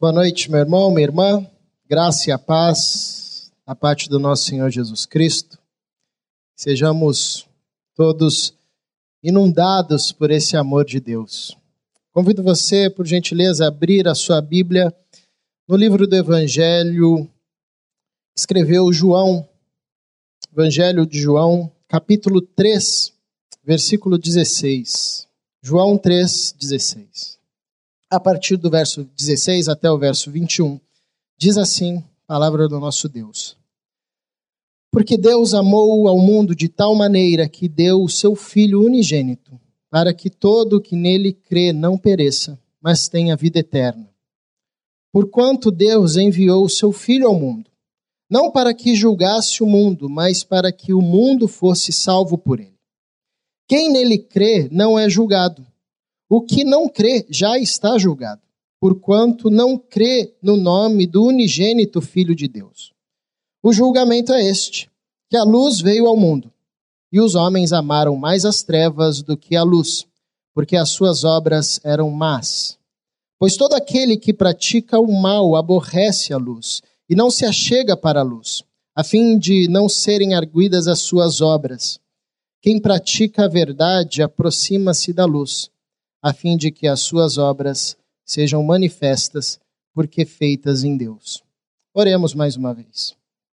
Boa noite, meu irmão, minha irmã. Graça e a paz da parte do nosso Senhor Jesus Cristo. Sejamos todos inundados por esse amor de Deus. Convido você, por gentileza, a abrir a sua Bíblia no livro do Evangelho que escreveu João, Evangelho de João, capítulo 3, versículo 16. João 3, 16. A partir do verso 16 até o verso 21, diz assim a palavra do nosso Deus. Porque Deus amou ao mundo de tal maneira que deu o seu Filho unigênito, para que todo o que nele crê não pereça, mas tenha vida eterna. Porquanto Deus enviou o seu Filho ao mundo, não para que julgasse o mundo, mas para que o mundo fosse salvo por ele. Quem nele crê não é julgado. O que não crê já está julgado, porquanto não crê no nome do unigênito Filho de Deus. O julgamento é este, que a luz veio ao mundo, e os homens amaram mais as trevas do que a luz, porque as suas obras eram más. Pois todo aquele que pratica o mal aborrece a luz, e não se achega para a luz, a fim de não serem arguidas as suas obras. Quem pratica a verdade aproxima-se da luz, a fim de que as suas obras sejam manifestas, porque feitas em Deus. Oremos mais uma vez.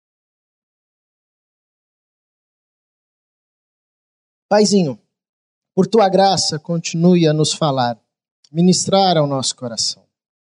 Paizinho, por tua graça, continue a nos falar, ministrar ao nosso coração.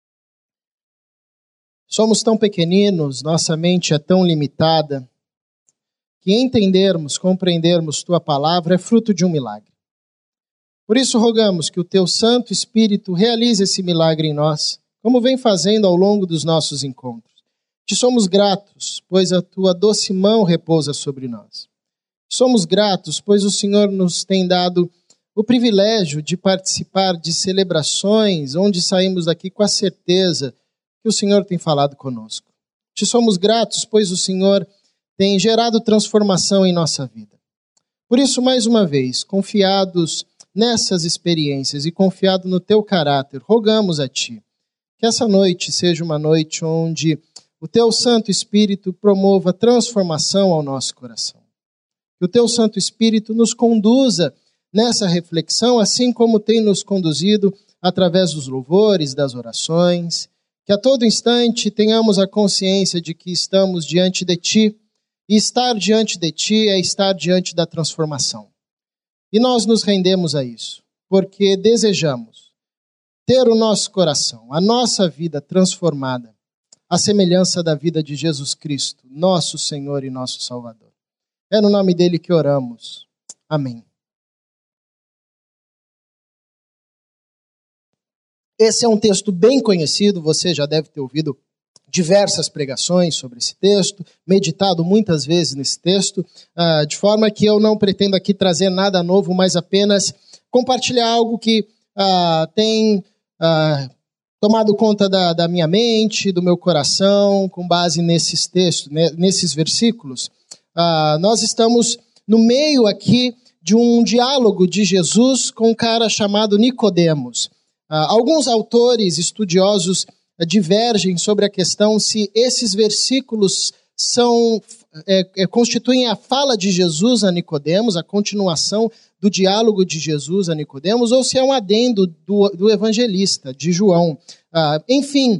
Somos tão pequeninos, nossa mente é tão limitada, que entendermos, compreendermos tua palavra é fruto de um milagre. Por isso rogamos que o teu Santo Espírito realize esse milagre em nós, como vem fazendo ao longo dos nossos encontros. Te somos gratos, pois a tua doce mão repousa sobre nós. Somos gratos, pois o Senhor nos tem dado o privilégio de participar de celebrações onde saímos daqui com a certeza que o Senhor tem falado conosco. Te somos gratos, pois o Senhor tem gerado transformação em nossa vida. Por isso, mais uma vez, confiados nessas experiências e confiado no teu caráter, rogamos a ti que essa noite seja uma noite onde o teu Santo Espírito promova transformação ao nosso coração. Que o teu Santo Espírito nos conduza nessa reflexão, assim como tem nos conduzido através dos louvores, das orações, que a todo instante tenhamos a consciência de que estamos diante de ti, e estar diante de ti é estar diante da transformação. E nós nos rendemos a isso, porque desejamos ter o nosso coração, a nossa vida transformada, à semelhança da vida de Jesus Cristo, nosso Senhor e nosso Salvador. É no nome dele que oramos. Amém. Esse é um texto bem conhecido, você já deve ter ouvido diversas pregações sobre esse texto, meditado muitas vezes nesse texto, de forma que eu não pretendo aqui trazer nada novo, mas apenas compartilhar algo que tem tomado conta da minha mente, do meu coração, com base nesses textos, nesses versículos. Nós estamos no meio aqui de um diálogo de Jesus com um cara chamado Nicodemos. Alguns autores estudiosos divergem sobre a questão se esses versículos constituem a fala de Jesus a Nicodemos, a continuação do diálogo de Jesus a Nicodemos, ou se é um adendo do evangelista, de João. Enfim,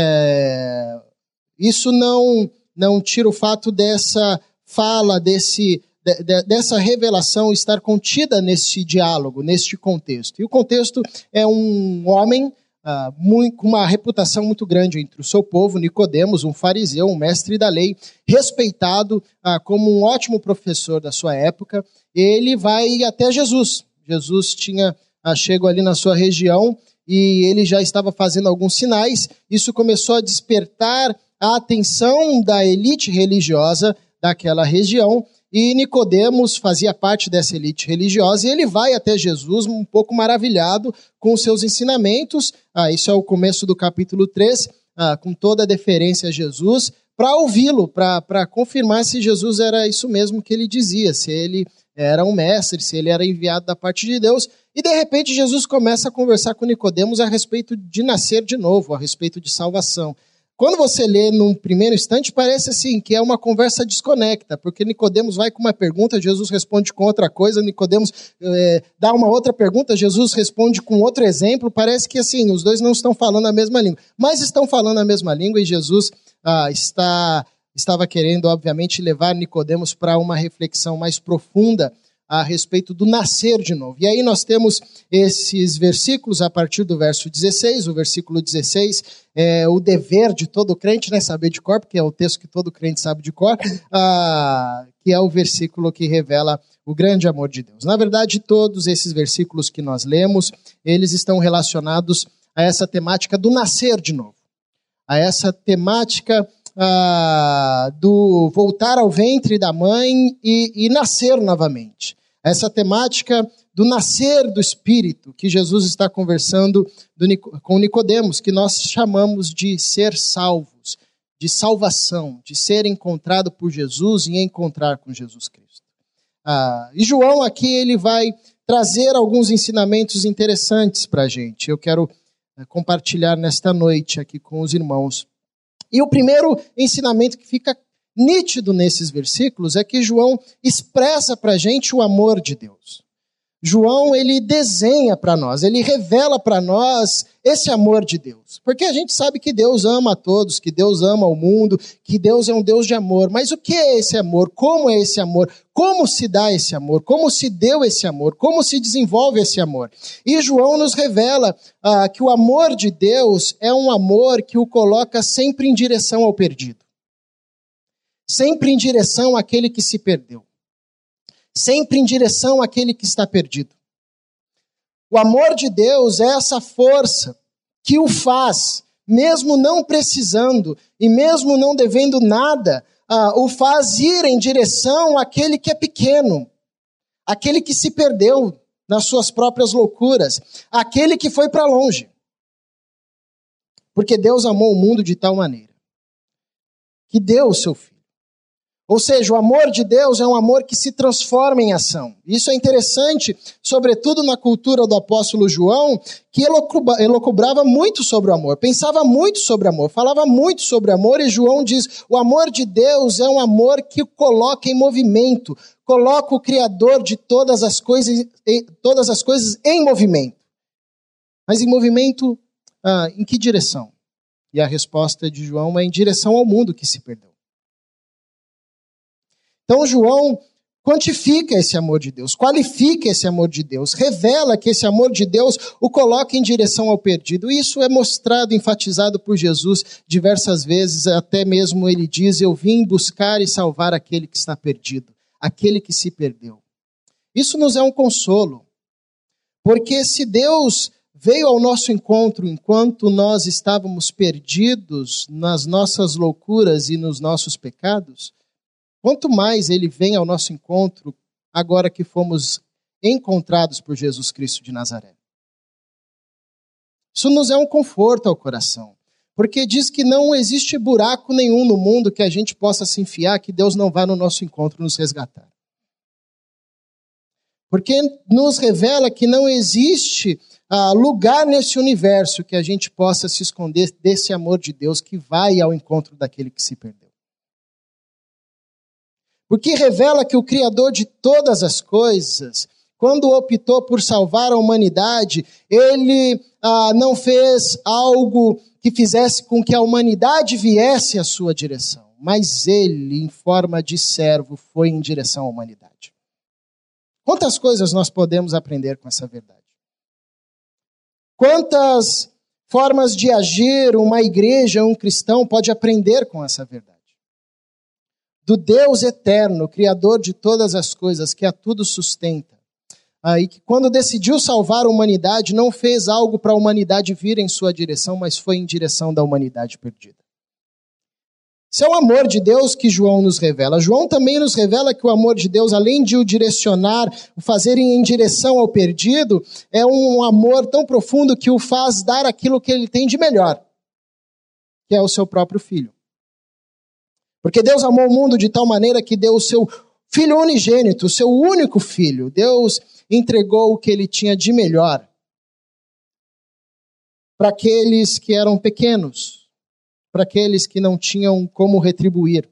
isso não tira o fato dessa fala, dessa revelação estar contida nesse diálogo, neste contexto. E o contexto é um homem com uma reputação muito grande entre o seu povo, Nicodemos, um fariseu, um mestre da lei, respeitado como um ótimo professor da sua época. Ele vai até Jesus. Jesus tinha chego ali na sua região e ele já estava fazendo alguns sinais. Isso começou a despertar a atenção da elite religiosa daquela região. E Nicodemos fazia parte dessa elite religiosa e ele vai até Jesus um pouco maravilhado com os seus ensinamentos. Isso é o começo do capítulo 3, com toda a deferência a Jesus, para ouvi-lo, para confirmar se Jesus era isso mesmo que ele dizia, se ele era um mestre, se ele era enviado da parte de Deus. E de repente Jesus começa a conversar com Nicodemos a respeito de nascer de novo, a respeito de salvação. Quando você lê num primeiro instante, parece assim, que é uma conversa desconecta, porque Nicodemos vai com uma pergunta, Jesus responde com outra coisa, Nicodemos dá uma outra pergunta, Jesus responde com outro exemplo, parece que assim, os dois não estão falando a mesma língua, mas estão falando a mesma língua e Jesus estava querendo, obviamente, levar Nicodemos para uma reflexão mais profunda a respeito do nascer de novo. E aí nós temos esses versículos a partir do verso 16, o versículo 16 é o dever de todo crente, né, saber de cor, porque é o texto que todo crente sabe de cor, que é o versículo que revela o grande amor de Deus. Na verdade, todos esses versículos que nós lemos, eles estão relacionados a essa temática do nascer de novo, a essa temática do voltar ao ventre da mãe e nascer novamente. Essa temática do nascer do Espírito, que Jesus está conversando com Nicodemos, que nós chamamos de ser salvos, de salvação, de ser encontrado por Jesus e encontrar com Jesus Cristo. E João aqui ele vai trazer alguns ensinamentos interessantes para a gente. Eu quero compartilhar nesta noite aqui com os irmãos. E o primeiro ensinamento que fica nítido nesses versículos é que João expressa para a gente o amor de Deus. João, ele desenha para nós, ele revela para nós esse amor de Deus. Porque a gente sabe que Deus ama a todos, que Deus ama o mundo, que Deus é um Deus de amor. Mas o que é esse amor? Como é esse amor? Como se dá esse amor? Como se deu esse amor? Como se desenvolve esse amor? E João nos revela que o amor de Deus é um amor que o coloca sempre em direção ao perdido. Sempre em direção àquele que se perdeu. Sempre em direção àquele que está perdido. O amor de Deus é essa força que o faz, mesmo não precisando e mesmo não devendo nada, o faz ir em direção àquele que é pequeno, aquele que se perdeu nas suas próprias loucuras, aquele que foi para longe. Porque Deus amou o mundo de tal maneira que deu o seu Filho. Ou seja, o amor de Deus é um amor que se transforma em ação. Isso é interessante, sobretudo na cultura do apóstolo João, que elucubrava muito sobre o amor, pensava muito sobre o amor, falava muito sobre o amor, e João diz, o amor de Deus é um amor que o coloca em movimento, coloca o Criador de todas as coisas em movimento. Mas em movimento, em que direção? E a resposta de João é em direção ao mundo que se perdeu. Então João quantifica esse amor de Deus, qualifica esse amor de Deus, revela que esse amor de Deus o coloca em direção ao perdido. Isso é mostrado, enfatizado por Jesus diversas vezes, até mesmo ele diz, eu vim buscar e salvar aquele que está perdido, aquele que se perdeu. Isso nos é um consolo, porque se Deus veio ao nosso encontro enquanto nós estávamos perdidos nas nossas loucuras e nos nossos pecados, quanto mais ele vem ao nosso encontro agora que fomos encontrados por Jesus Cristo de Nazaré. Isso nos é um conforto ao coração, porque diz que não existe buraco nenhum no mundo que a gente possa se enfiar, que Deus não vá no nosso encontro nos resgatar. Porque nos revela que não existe lugar nesse universo que a gente possa se esconder desse amor de Deus que vai ao encontro daquele que se perdeu. Porque revela que o Criador de todas as coisas, quando optou por salvar a humanidade, ele não fez algo que fizesse com que a humanidade viesse à sua direção, mas ele, em forma de servo, foi em direção à humanidade. Quantas coisas nós podemos aprender com essa verdade? Quantas formas de agir uma igreja, um cristão pode aprender com essa verdade? Do Deus eterno, Criador de todas as coisas, que a tudo sustenta. E que quando decidiu salvar a humanidade, não fez algo para a humanidade vir em sua direção, mas foi em direção da humanidade perdida. Esse é o amor de Deus que João nos revela. João também nos revela que o amor de Deus, além de o direcionar, o fazer em direção ao perdido, é um amor tão profundo que o faz dar aquilo que ele tem de melhor, que é o seu próprio Filho. Porque Deus amou o mundo de tal maneira que deu o seu Filho unigênito, o seu único filho. Deus entregou o que ele tinha de melhor para aqueles que eram pequenos, para aqueles que não tinham como retribuir.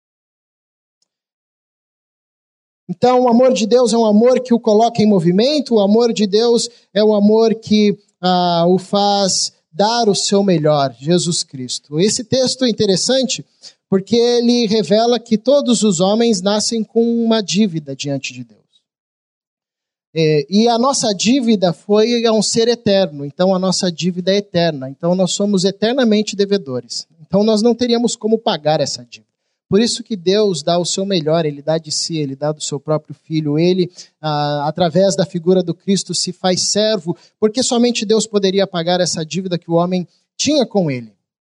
Então, o amor de Deus é um amor que o coloca em movimento, o amor de Deus é um amor que o faz dar o seu melhor, Jesus Cristo. Esse texto é interessante porque ele revela que todos os homens nascem com uma dívida diante de Deus. E a nossa dívida foi a um ser eterno, então a nossa dívida é eterna, então nós somos eternamente devedores. Então nós não teríamos como pagar essa dívida. Por isso que Deus dá o seu melhor, Ele dá de si, Ele dá do seu próprio Filho. Ele, através da figura do Cristo, se faz servo, porque somente Deus poderia pagar essa dívida que o homem tinha com Ele.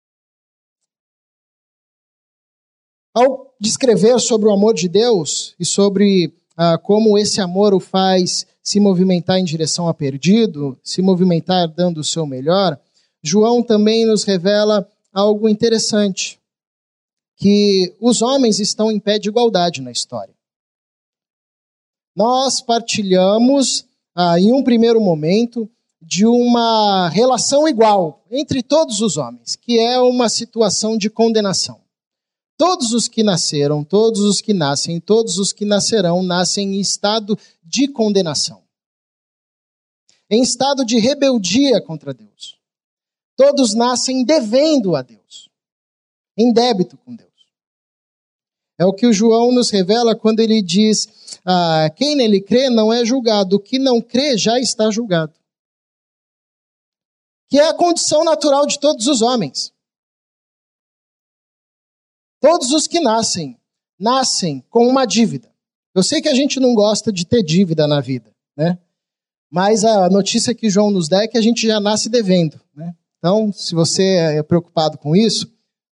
Ao descrever sobre o amor de Deus e sobre como esse amor o faz se movimentar em direção ao perdido, se movimentar dando o seu melhor, João também nos revela algo interessante, que os homens estão em pé de igualdade na história. Nós partilhamos, em um primeiro momento, de uma relação igual entre todos os homens, que é uma situação de condenação. Todos os que nasceram, todos os que nascem, todos os que nascerão, nascem em estado de condenação. Em estado de rebeldia contra Deus. Todos nascem devendo a Deus. Em débito com Deus. É o que o João nos revela quando ele diz, quem nele crê não é julgado, o que não crê já está julgado. Que é a condição natural de todos os homens. Todos os que nascem com uma dívida. Eu sei que a gente não gosta de ter dívida na vida, né? Mas a notícia que João nos dá é que a gente já nasce devendo, né? Então, se você é preocupado com isso,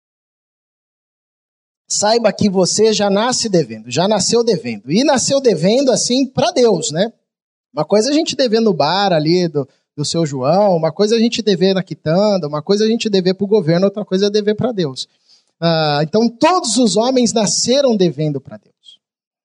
saiba que você já nasce devendo, já nasceu devendo. E nasceu devendo, assim, para Deus, né? Uma coisa é a gente dever no bar ali do seu João, uma coisa é a gente dever na quitanda, uma coisa é a gente dever para o governo, outra coisa é dever para Deus. Então, todos os homens nasceram devendo para Deus.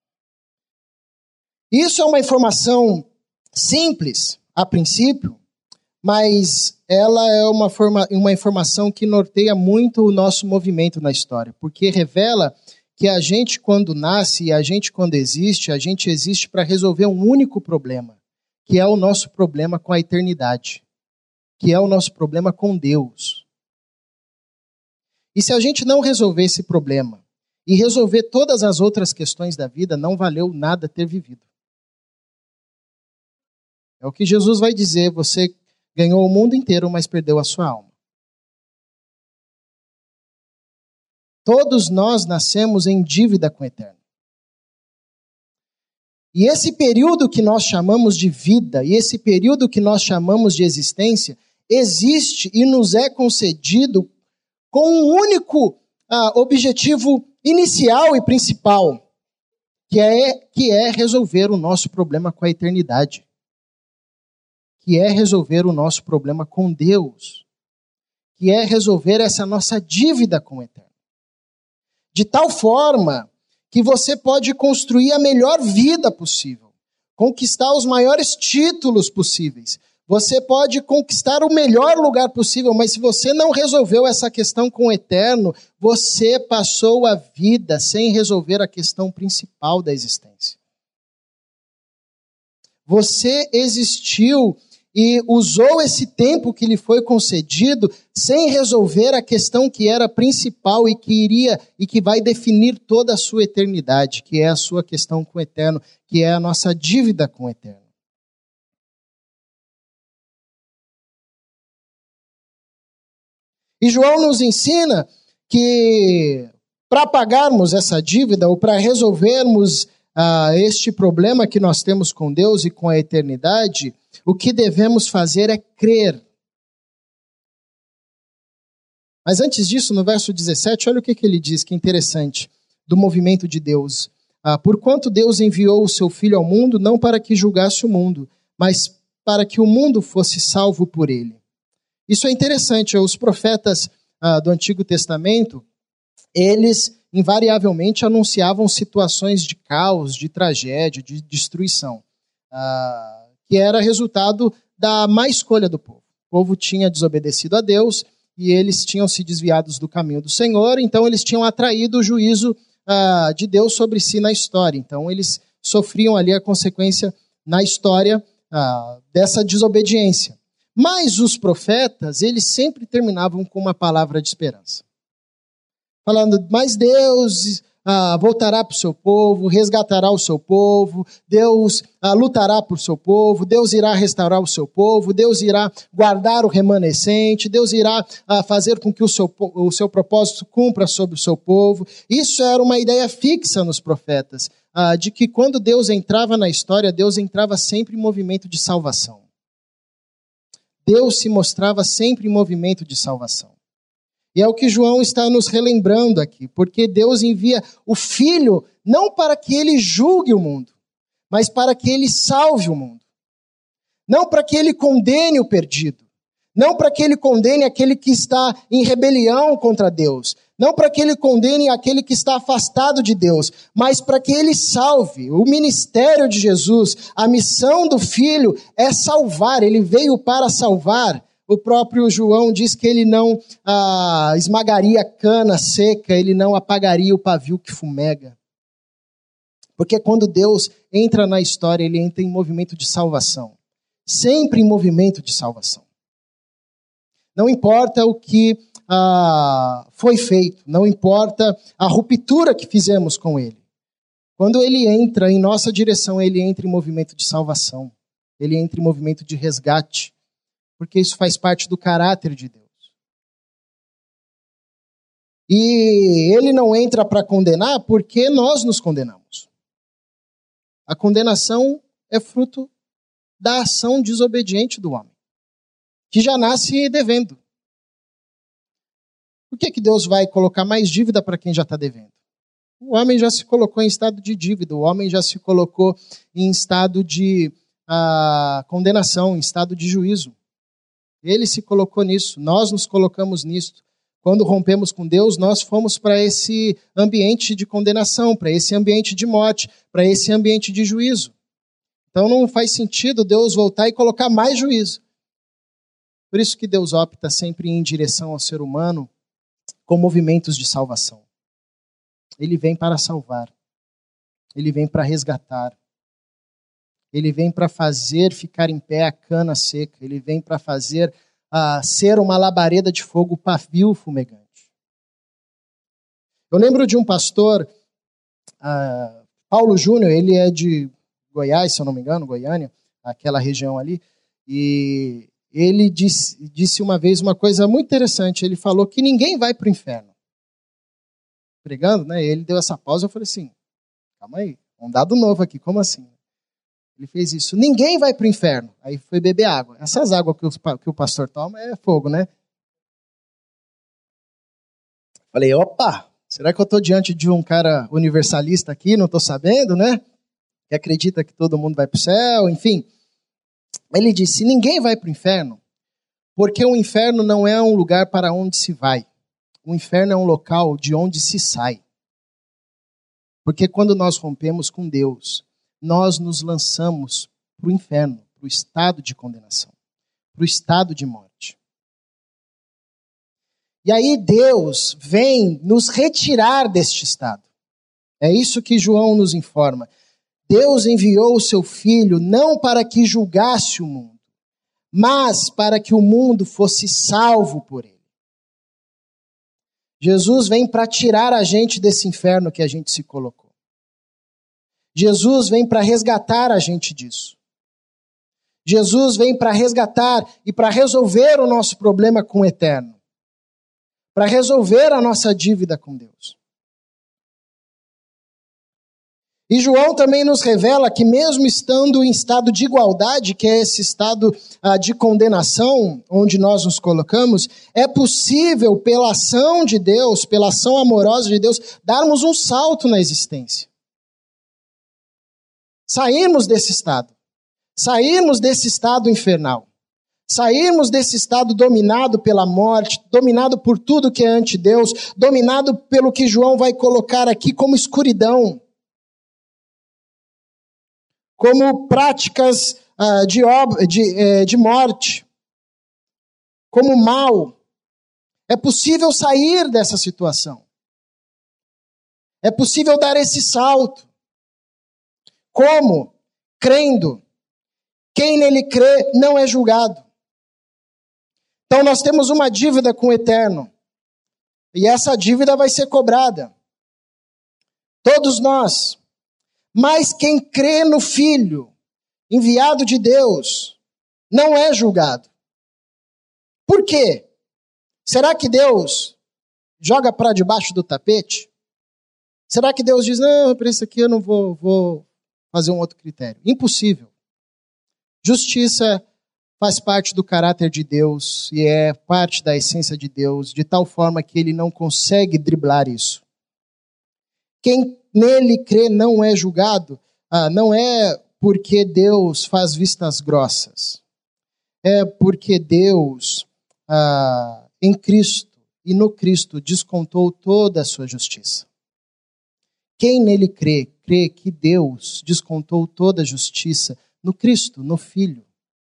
Isso é uma informação simples, a princípio, mas ela é uma informação que norteia muito o nosso movimento na história, porque revela que a gente, quando nasce e a gente, quando existe, a gente existe para resolver um único problema, que é o nosso problema com a eternidade, que é o nosso problema com Deus. E se a gente não resolver esse problema e resolver todas as outras questões da vida, não valeu nada ter vivido. É o que Jesus vai dizer, você ganhou o mundo inteiro, mas perdeu a sua alma. Todos nós nascemos em dívida com o Eterno. E esse período que nós chamamos de vida, e esse período que nós chamamos de existência, existe e nos é concedido com um único objetivo inicial e principal, que é resolver o nosso problema com a eternidade. Que é resolver o nosso problema com Deus. Que é resolver essa nossa dívida com o Eterno. De tal forma que você pode construir a melhor vida possível, conquistar os maiores títulos possíveis. Você pode conquistar o melhor lugar possível, mas se você não resolveu essa questão com o Eterno, você passou a vida sem resolver a questão principal da existência. Você existiu e usou esse tempo que lhe foi concedido sem resolver a questão que era principal e que vai definir toda a sua eternidade, que é a sua questão com o Eterno, que é a nossa dívida com o Eterno. E João nos ensina que para pagarmos essa dívida ou para resolvermos este problema que nós temos com Deus e com a eternidade, o que devemos fazer é crer. Mas antes disso, no verso 17, olha o que ele diz, que é interessante, do movimento de Deus. Porquanto Deus enviou o seu Filho ao mundo, não para que julgasse o mundo, mas para que o mundo fosse salvo por ele. Isso é interessante, os profetas do Antigo Testamento, eles invariavelmente anunciavam situações de caos, de tragédia, de destruição, que era resultado da má escolha do povo. O povo tinha desobedecido a Deus e eles tinham se desviado do caminho do Senhor, então eles tinham atraído o juízo de Deus sobre si na história. Então eles sofriam ali a consequência na história dessa desobediência. Mas os profetas, eles sempre terminavam com uma palavra de esperança. Falando, mas Deus voltará para o seu povo, resgatará o seu povo, Deus lutará por seu povo, Deus irá restaurar o seu povo, Deus irá guardar o remanescente, Deus irá fazer com que o seu propósito cumpra sobre o seu povo. Isso era uma ideia fixa nos profetas, de que quando Deus entrava na história, Deus entrava sempre em movimento de salvação. Deus se mostrava sempre em movimento de salvação. E é o que João está nos relembrando aqui, porque Deus envia o Filho não para que ele julgue o mundo, mas para que ele salve o mundo. Não para que ele condene o perdido, não para que ele condene aquele que está em rebelião contra Deus, não para que ele condene aquele que está afastado de Deus, mas para que ele salve. O ministério de Jesus, a missão do Filho é salvar, ele veio para salvar. O próprio João diz que ele não esmagaria a cana seca, ele não apagaria o pavio que fumega. Porque quando Deus entra na história, ele entra em movimento de salvação. Sempre em movimento de salvação. Não importa o que foi feito, não importa a ruptura que fizemos com ele. Quando ele entra em nossa direção, ele entra em movimento de salvação. Ele entra em movimento de resgate. Porque isso faz parte do caráter de Deus. E ele não entra para condenar porque nós nos condenamos. A condenação é fruto da ação desobediente do homem, que já nasce devendo. Por que Deus vai colocar mais dívida para quem já está devendo? O homem já se colocou em estado de dívida, o homem já se colocou em estado de condenação, em estado de juízo. Ele se colocou nisso, nós nos colocamos nisso. Quando rompemos com Deus, nós fomos para esse ambiente de condenação, para esse ambiente de morte, para esse ambiente de juízo. Então não faz sentido Deus voltar e colocar mais juízo. Por isso que Deus opta sempre em direção ao ser humano com movimentos de salvação. Ele vem para salvar. Ele vem para resgatar. Ele vem para fazer ficar em pé a cana seca. Ele vem para fazer ser uma labareda de fogo, pavio fumegante. Eu lembro de um pastor, Paulo Júnior, ele é de Goiás, se eu não me engano, Goiânia, aquela região ali, e ele disse uma vez uma coisa muito interessante. Ele falou que ninguém vai para o inferno. Pregando, né? Ele deu essa pausa, eu falei assim, calma aí, um dado novo aqui, como assim? Ele fez isso. Ninguém vai para o inferno. Aí foi beber água. Essas águas que o pastor toma é fogo, né? Falei, opa, será que eu estou diante de um cara universalista aqui? Não estou sabendo, né? Que acredita que todo mundo vai para o céu, enfim. Ele disse, ninguém vai para o inferno, porque o inferno não é um lugar para onde se vai. O inferno é um local de onde se sai. Porque quando nós rompemos com Deus, nós nos lançamos para o inferno, para o estado de condenação, para o estado de morte. E aí Deus vem nos retirar deste estado. É isso que João nos informa. Deus enviou o seu Filho não para que julgasse o mundo, mas para que o mundo fosse salvo por ele. Jesus vem para tirar a gente desse inferno que a gente se colocou. Jesus vem para resgatar a gente disso. Jesus vem para resgatar e para resolver o nosso problema com o eterno. Para resolver a nossa dívida com Deus. E João também nos revela que mesmo estando em estado de igualdade, que é esse estado de condenação onde nós nos colocamos, é possível pela ação de Deus, pela ação amorosa de Deus, darmos um salto na existência. Sairmos desse estado infernal. Sairmos desse estado dominado pela morte, dominado por tudo que é anti-Deus, dominado pelo que João vai colocar aqui como escuridão, como práticas de morte, como mal. É possível sair dessa situação. É possível dar esse salto. Como? Crendo. Quem nele crê não é julgado. Então nós temos uma dívida com o Eterno. E essa dívida vai ser cobrada. Todos nós. Mas quem crê no Filho, enviado de Deus, não é julgado. Por quê? Será que Deus joga para debaixo do tapete? Será que Deus diz, não, para isso aqui eu não vou fazer um outro critério? Impossível. Justiça faz parte do caráter de Deus e é parte da essência de Deus, de tal forma que ele não consegue driblar isso. Quem nele crê não é julgado, não é porque Deus faz vistas grossas. É porque Deus, em Cristo e no Cristo, descontou toda a sua justiça. Quem nele crê, crê que Deus descontou toda a justiça no Cristo, no Filho.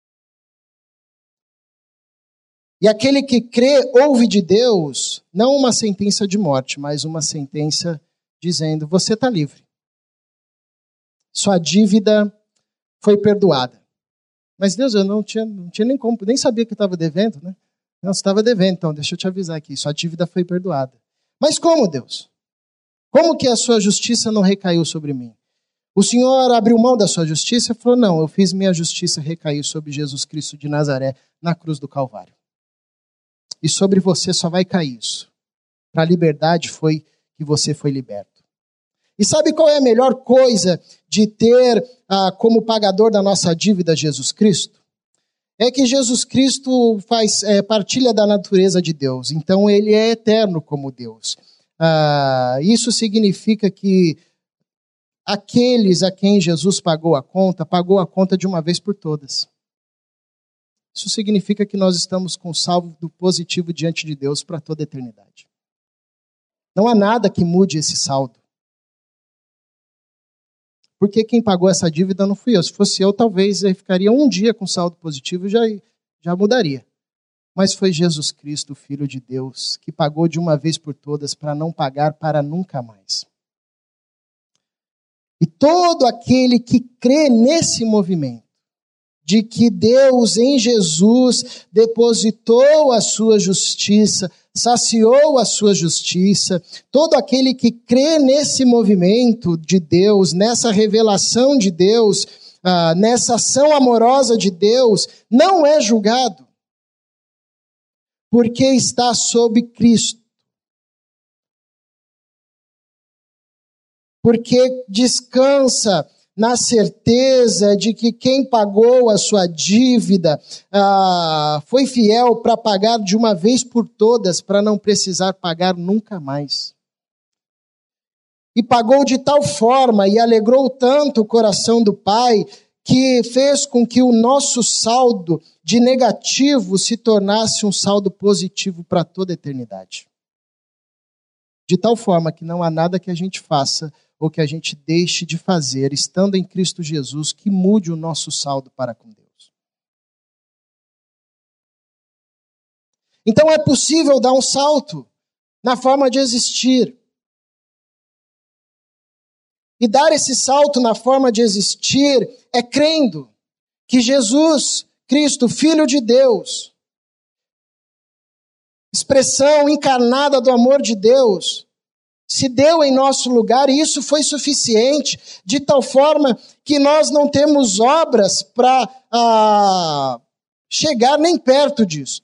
E aquele que crê ouve de Deus, não uma sentença de morte, mas uma sentença dizendo, você está livre. Sua dívida foi perdoada. Mas Deus, eu não tinha nem como, nem sabia que estava devendo, né? Não, você estava devendo, então deixa eu te avisar aqui, sua dívida foi perdoada. Mas como, Deus? Como que a sua justiça não recaiu sobre mim? O Senhor abriu mão da sua justiça e falou, não, eu fiz minha justiça recair sobre Jesus Cristo de Nazaré na cruz do Calvário. E sobre você só vai cair isso. Para a liberdade foi que você foi liberto. E sabe qual é a melhor coisa de ter como pagador da nossa dívida Jesus Cristo? É que Jesus Cristo partilha da natureza de Deus. Então ele é eterno como Deus. Isso significa que aqueles a quem Jesus pagou a conta de uma vez por todas. Isso significa que nós estamos com saldo positivo diante de Deus para toda a eternidade. Não há nada que mude esse saldo. Porque quem pagou essa dívida não fui eu. Se fosse eu, talvez eu ficaria um dia com saldo positivo e já mudaria. Mas foi Jesus Cristo, o Filho de Deus, que pagou de uma vez por todas para não pagar para nunca mais. E todo aquele que crê nesse movimento, de que Deus em Jesus depositou a sua justiça, saciou a sua justiça, todo aquele que crê nesse movimento de Deus, nessa revelação de Deus, nessa ação amorosa de Deus, não é julgado, porque está sob Cristo. Porque descansa na certeza de que quem pagou a sua dívida foi fiel para pagar de uma vez por todas, para não precisar pagar nunca mais. E pagou de tal forma e alegrou tanto o coração do Pai, que fez com que o nosso saldo de negativo se tornasse um saldo positivo para toda a eternidade. De tal forma que não há nada que a gente faça ou que a gente deixe de fazer, estando em Cristo Jesus, que mude o nosso saldo para com Deus. Então é possível dar um salto na forma de existir. E dar esse salto na forma de existir é crendo que Jesus Cristo, Filho de Deus, expressão encarnada do amor de Deus, se deu em nosso lugar, e isso foi suficiente, de tal forma que nós não temos obras para chegar nem perto disso.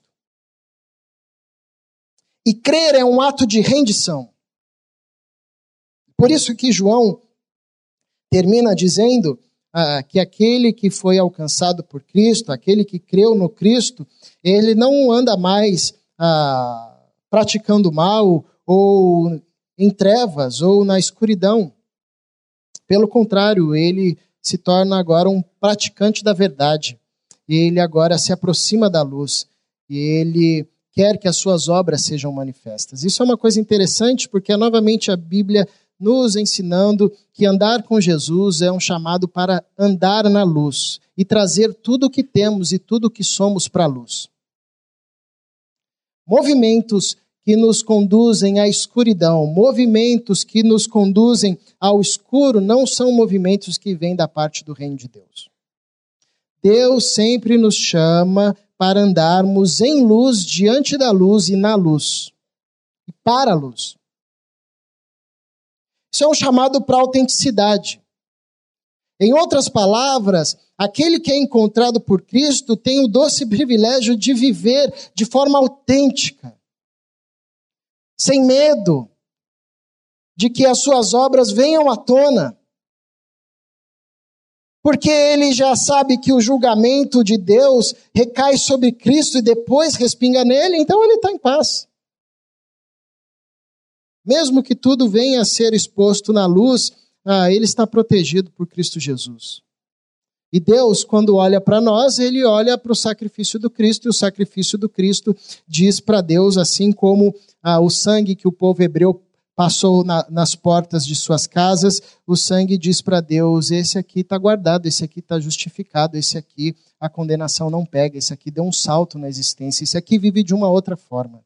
E crer é um ato de rendição. Por isso que João termina dizendo que aquele que foi alcançado por Cristo, aquele que creu no Cristo, ele não anda mais praticando mal ou em trevas ou na escuridão. Pelo contrário, ele se torna agora um praticante da verdade. e ele agora se aproxima da luz, e ele quer que as suas obras sejam manifestas. Isso é uma coisa interessante, porque é novamente a Bíblia nos ensinando que andar com Jesus é um chamado para andar na luz e trazer tudo o que temos e tudo o que somos para a luz. Movimentos que nos conduzem à escuridão, movimentos que nos conduzem ao escuro, não são movimentos que vêm da parte do reino de Deus. Deus sempre nos chama para andarmos em luz, diante da luz e na luz, e para a luz. Isso é um chamado para a autenticidade. Em outras palavras, aquele que é encontrado por Cristo tem o doce privilégio de viver de forma autêntica, sem medo de que as suas obras venham à tona, porque ele já sabe que o julgamento de Deus recai sobre Cristo e depois respinga nele, então ele está em paz. Mesmo que tudo venha a ser exposto na luz, ele está protegido por Cristo Jesus. E Deus, quando olha para nós, ele olha para o sacrifício do Cristo, e o sacrifício do Cristo diz para Deus, assim como o sangue que o povo hebreu passou nas portas de suas casas, o sangue diz para Deus, esse aqui está guardado, esse aqui está justificado, esse aqui a condenação não pega, esse aqui deu um salto na existência, esse aqui vive de uma outra forma.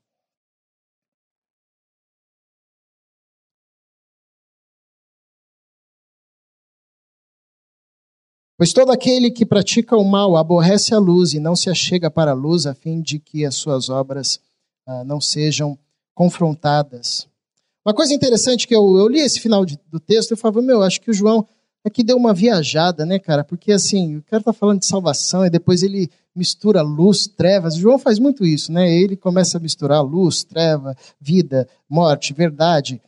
Pois todo aquele que pratica o mal aborrece a luz e não se achega para a luz, a fim de que as suas obras não sejam confrontadas. Uma coisa interessante que eu li esse final do texto, eu falava, acho que o João aqui deu uma viajada, né, cara? Porque assim, o cara está falando de salvação e depois ele mistura luz, trevas. O João faz muito isso, né? Ele começa a misturar luz, treva, vida, morte, verdade.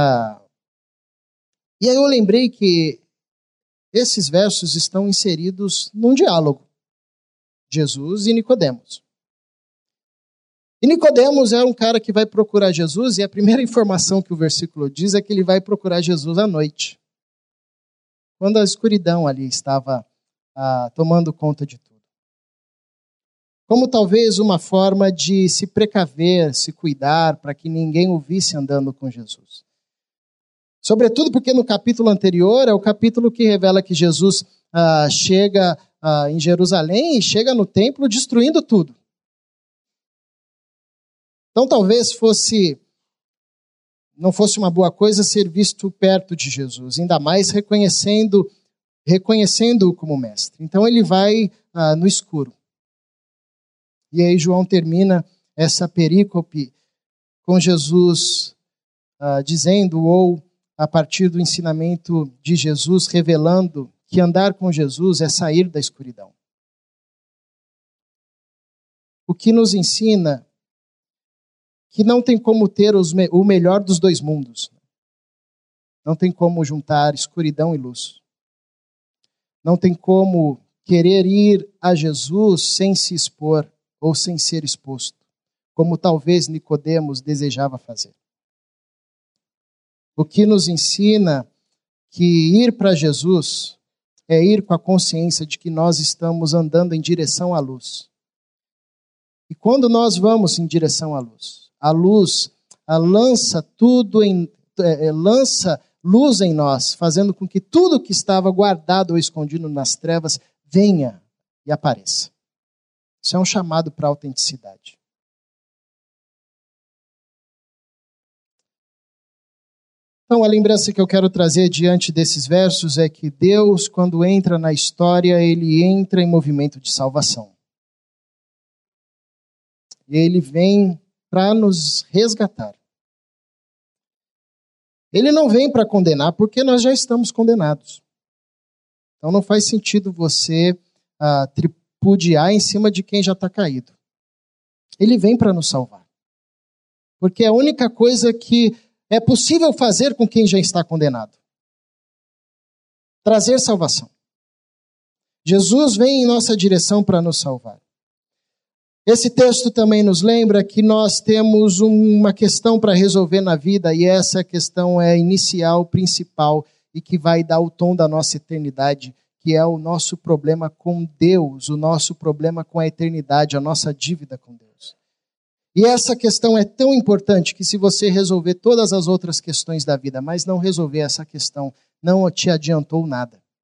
E aí eu lembrei que esses versos estão inseridos num diálogo. Jesus e Nicodemos. E Nicodemos é um cara que vai procurar Jesus, e a primeira informação que o versículo diz é que ele vai procurar Jesus à noite, quando a escuridão ali estava tomando conta de tudo. Como talvez uma forma de se precaver, se cuidar, para que ninguém o visse andando com Jesus. Sobretudo porque no capítulo anterior é o capítulo que revela que Jesus chega em Jerusalém e chega no templo destruindo tudo. Então talvez não fosse uma boa coisa ser visto perto de Jesus, ainda mais reconhecendo-o como mestre. Então ele vai no escuro. E aí João termina essa perícope com Jesus dizendo, ou a partir do ensinamento de Jesus, revelando que andar com Jesus é sair da escuridão. O que nos ensina que não tem como ter o melhor dos dois mundos. Não tem como juntar escuridão e luz. Não tem como querer ir a Jesus sem se expor ou sem ser exposto, como talvez Nicodemos desejava fazer. O que nos ensina que ir para Jesus é ir com a consciência de que nós estamos andando em direção à luz. E quando nós vamos em direção à luz, a luz lança luz em nós, fazendo com que tudo que estava guardado ou escondido nas trevas venha e apareça. Isso é um chamado para a autenticidade. Então, a lembrança que eu quero trazer diante desses versos é que Deus, quando entra na história, ele entra em movimento de salvação. E ele vem para nos resgatar. Ele não vem para condenar, porque nós já estamos condenados. Então não faz sentido você tripudiar em cima de quem já está caído. Ele vem para nos salvar. Porque é a única coisa que é possível fazer com quem já está condenado. Trazer salvação. Jesus vem em nossa direção para nos salvar. Esse texto também nos lembra que nós temos uma questão para resolver na vida, e essa questão é inicial, principal, e que vai dar o tom da nossa eternidade, que é o nosso problema com Deus, o nosso problema com a eternidade, a nossa dívida com Deus. E essa questão é tão importante que se você resolver todas as outras questões da vida, mas não resolver essa questão, não te adiantou nada.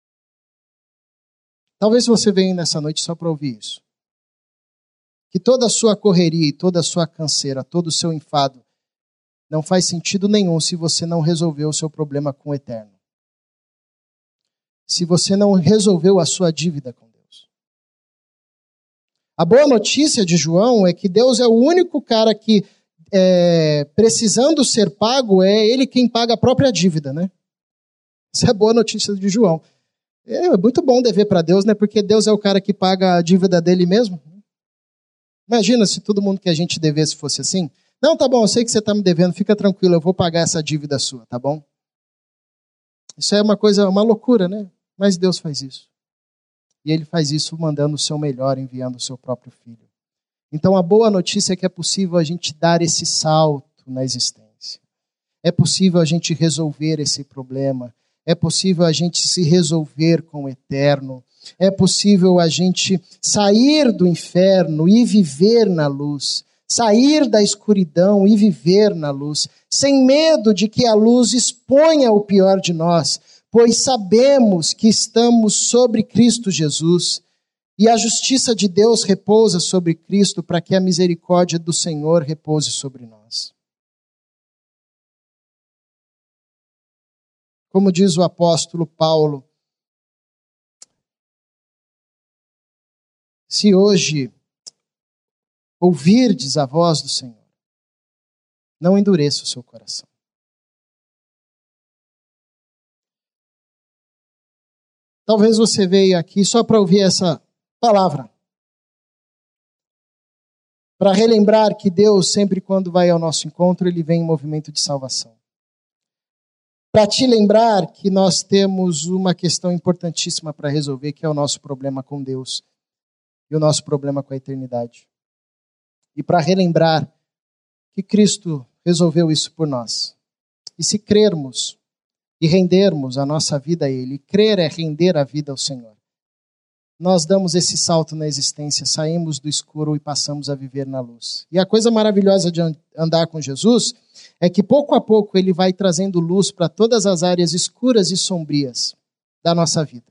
Talvez você venha nessa noite só para ouvir isso. Que toda a sua correria e toda a sua canseira, todo o seu enfado, não faz sentido nenhum se você não resolveu o seu problema com o eterno. Se você não resolveu a sua dívida com Deus. A boa notícia de João é que Deus é o único cara que, precisando ser pago, é ele quem paga a própria dívida, né? Essa é a boa notícia de João. É muito bom dever para Deus, né? Porque Deus é o cara que paga a dívida dele mesmo. Imagina se todo mundo que a gente devesse fosse assim. Não, tá bom, eu sei que você está me devendo, fica tranquilo, eu vou pagar essa dívida sua, tá bom? Isso é uma loucura, né? Mas Deus faz isso. E Ele faz isso mandando o seu melhor, enviando o seu próprio Filho. Então a boa notícia é que é possível a gente dar esse salto na existência. É possível a gente resolver esse problema. É possível a gente se resolver com o eterno. É possível a gente sair do inferno e viver na luz. Sair da escuridão e viver na luz. Sem medo de que a luz exponha o pior de nós. Pois sabemos que estamos sobre Cristo Jesus. E a justiça de Deus repousa sobre Cristo para que a misericórdia do Senhor repouse sobre nós. Como diz o apóstolo Paulo, se hoje ouvirdes a voz do Senhor, não endureça o seu coração. Talvez você veio aqui só para ouvir essa palavra. Para relembrar que Deus, sempre quando vai ao nosso encontro, Ele vem em movimento de salvação. Para te lembrar que nós temos uma questão importantíssima para resolver, que é o nosso problema com Deus e o nosso problema com a eternidade. E para relembrar que Cristo resolveu isso por nós. E se crermos e rendermos a nossa vida a Ele, crer é render a vida ao Senhor, nós damos esse salto na existência, saímos do escuro e passamos a viver na luz. E a coisa maravilhosa de andar com Jesus é que pouco a pouco Ele vai trazendo luz para todas as áreas escuras e sombrias da nossa vida.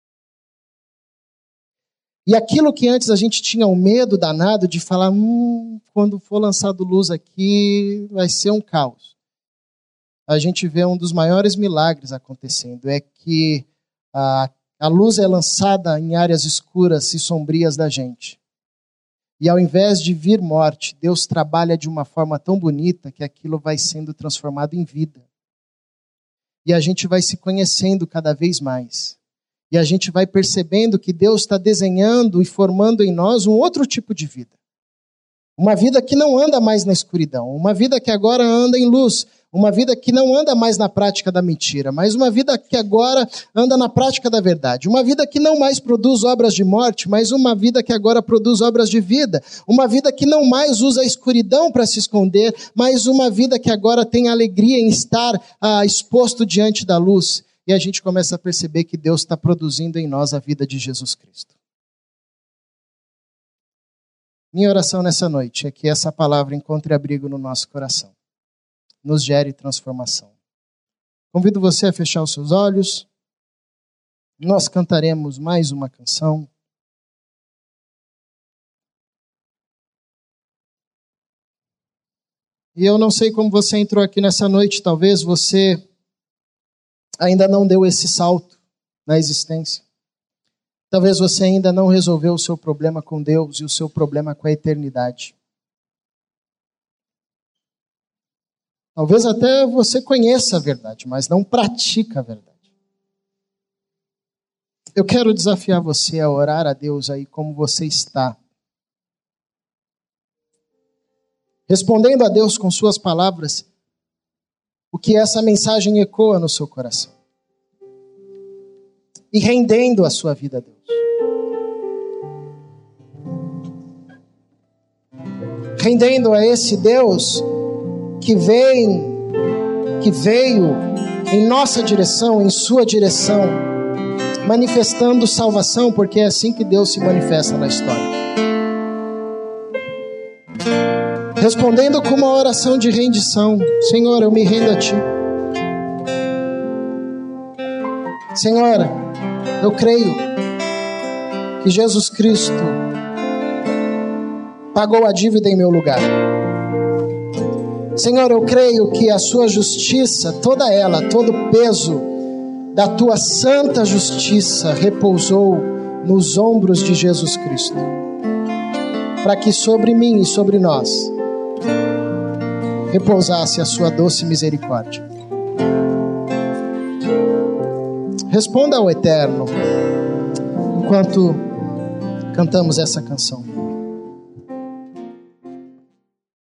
E aquilo que antes a gente tinha um medo danado de falar, quando for lançado luz aqui, vai ser um caos. A gente vê um dos maiores milagres acontecendo, é que a luz é lançada em áreas escuras e sombrias da gente. E ao invés de vir morte, Deus trabalha de uma forma tão bonita que aquilo vai sendo transformado em vida. E a gente vai se conhecendo cada vez mais. E a gente vai percebendo que Deus está desenhando e formando em nós um outro tipo de vida. Uma vida que não anda mais na escuridão. Uma vida que agora anda em luz. Uma vida que não anda mais na prática da mentira, mas uma vida que agora anda na prática da verdade. Uma vida que não mais produz obras de morte, mas uma vida que agora produz obras de vida. Uma vida que não mais usa a escuridão para se esconder, mas uma vida que agora tem alegria em estar exposto diante da luz. E a gente começa a perceber que Deus está produzindo em nós a vida de Jesus Cristo. Minha oração nessa noite é que essa palavra encontre abrigo no nosso coração. Nos gere transformação. Convido você a fechar os seus olhos. Nós cantaremos mais uma canção. E eu não sei como você entrou aqui nessa noite, talvez você ainda não deu esse salto na existência. Talvez você ainda não resolveu o seu problema com Deus e o seu problema com a eternidade. Talvez até você conheça a verdade, mas não pratica a verdade. Eu quero desafiar você a orar a Deus aí como você está. Respondendo a Deus com suas palavras, o que essa mensagem ecoa no seu coração. E rendendo a sua vida a Deus. Rendendo a esse Deus que veio em nossa direção, em sua direção, manifestando salvação, porque é assim que Deus se manifesta na história. Respondendo com uma oração de rendição: Senhor, eu me rendo a Ti. Senhor, eu creio que Jesus Cristo pagou a dívida em meu lugar. Senhor, eu creio que a sua justiça, toda ela, todo o peso da tua santa justiça repousou nos ombros de Jesus Cristo, para que sobre mim e sobre nós repousasse a sua doce misericórdia. Responda ao Eterno enquanto cantamos essa canção.